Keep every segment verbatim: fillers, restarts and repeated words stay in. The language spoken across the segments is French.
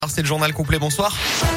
C'est le journal complet, bonsoir.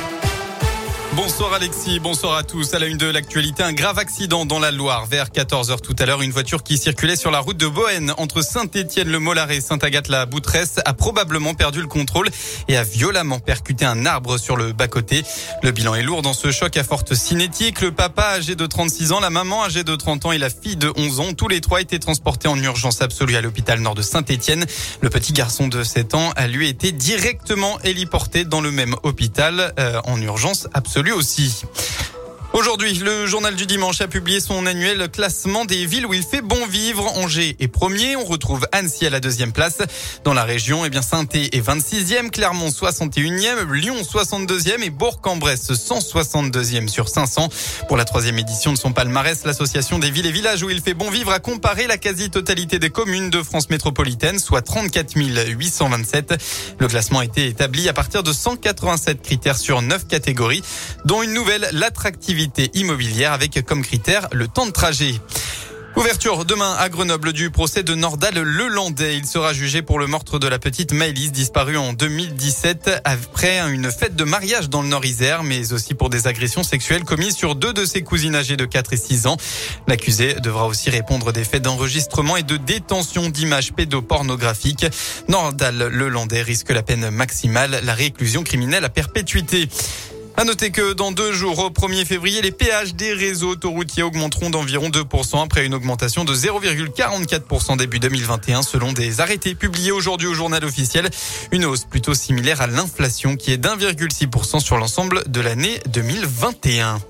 Bonsoir Alexis, bonsoir à tous. À la une de l'actualité, un grave accident dans la Loire. Vers quatorze heures tout à l'heure, une voiture qui circulait sur la route de Bohêne entre Saint-Étienne-le-Mollard et Sainte-Agathe-la-Boutresse a probablement perdu le contrôle et a violemment percuté un arbre sur le bas-côté. Le bilan est lourd dans ce choc à forte cinétique. Le papa âgé de trente-six ans, la maman âgée de trente ans et la fille de onze ans, tous les trois étaient transportés en urgence absolue à l'hôpital nord de Saint-Étienne. Le petit garçon de sept ans a lui été directement héliporté dans le même hôpital euh, en urgence absolue aussi. Aujourd'hui, le journal du dimanche a publié son annuel classement des villes où il fait bon vivre. Angers est premier, on retrouve Annecy à la deuxième place. Dans la région, eh bien Saint-Étienne est vingt-sixième, Clermont soixante et unième, Lyon soixante-deuxième et Bourg-en-Bresse cent soixante-deuxième sur cinq cents. Pour la troisième édition de son palmarès, l'association des villes et villages où il fait bon vivre a comparé la quasi-totalité des communes de France métropolitaine, soit trente-quatre mille huit cent vingt-sept. Le classement a été établi à partir de cent quatre-vingt-sept critères sur neuf catégories, dont une nouvelle, l'attractivité immobilière avec comme critère le temps de trajet. Ouverture demain à Grenoble du procès de Nordal Lelandais. Il sera jugé pour le meurtre de la petite Maëlys disparue en deux mille dix-sept après une fête de mariage dans le Nord-Isère, mais aussi pour des agressions sexuelles commises sur deux de ses cousines âgées de quatre et six ans. L'accusé devra aussi répondre des faits d'enregistrement et de détention d'images pédopornographiques. Nordal Lelandais risque la peine maximale, la réclusion criminelle à perpétuité. À noter que dans deux jours, au premier février, les péages des réseaux autoroutiers augmenteront d'environ deux pour cent après une augmentation de zéro virgule quarante-quatre pour cent début deux mille vingt et un selon des arrêtés publiés aujourd'hui au journal officiel. Une hausse plutôt similaire à l'inflation qui est d'un virgule six pour cent sur l'ensemble de l'année deux mille vingt et un.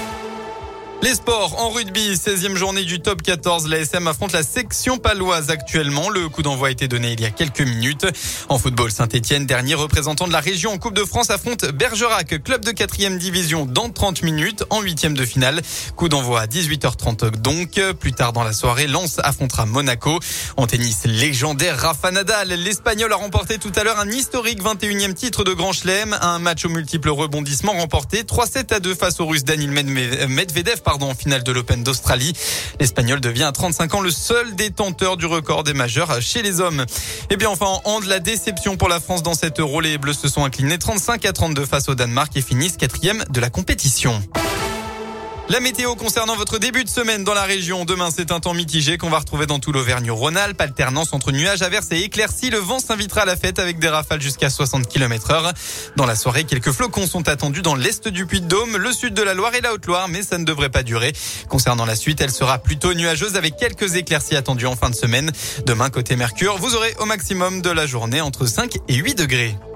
Les sports en rugby, seizième journée du top quatorze. La S M affronte la section paloise actuellement. Le coup d'envoi a été donné il y a quelques minutes. En football, Saint-Étienne, dernier représentant de la région en Coupe de France, affronte Bergerac, club de quatrième division, dans trente minutes en huitième de finale. Coup d'envoi à dix-huit heures trente donc. Plus tard dans la soirée, Lens affrontera Monaco. En tennis, légendaire Rafa Nadal. L'Espagnol a remporté tout à l'heure un historique vingt et unième titre de Grand Chelem. Un match aux multiples rebondissements remporté trois sept à deux face au Russe Daniil Medvedev. Pardon, en finale de l'Open d'Australie. L'Espagnol devient à trente-cinq ans le seul détenteur du record des majeurs chez les hommes. Et bien enfin en hand, la déception pour la France dans cet Euro. Les Bleus se sont inclinés trente-cinq à trente-deux face au Danemark et finissent quatrième de la compétition. La météo concernant votre début de semaine dans la région. Demain, c'est un temps mitigé qu'on va retrouver dans tout l'Auvergne-Rhône-Alpes. Alternance entre nuages, averses et éclaircies. Le vent s'invitera à la fête avec des rafales jusqu'à soixante kilomètres heure. Dans la soirée, quelques flocons sont attendus dans l'est du Puy-de-Dôme, le sud de la Loire et la Haute-Loire, mais ça ne devrait pas durer. Concernant la suite, elle sera plutôt nuageuse avec quelques éclaircies attendues en fin de semaine. Demain, côté Mercure, vous aurez au maximum de la journée entre cinq et huit degrés.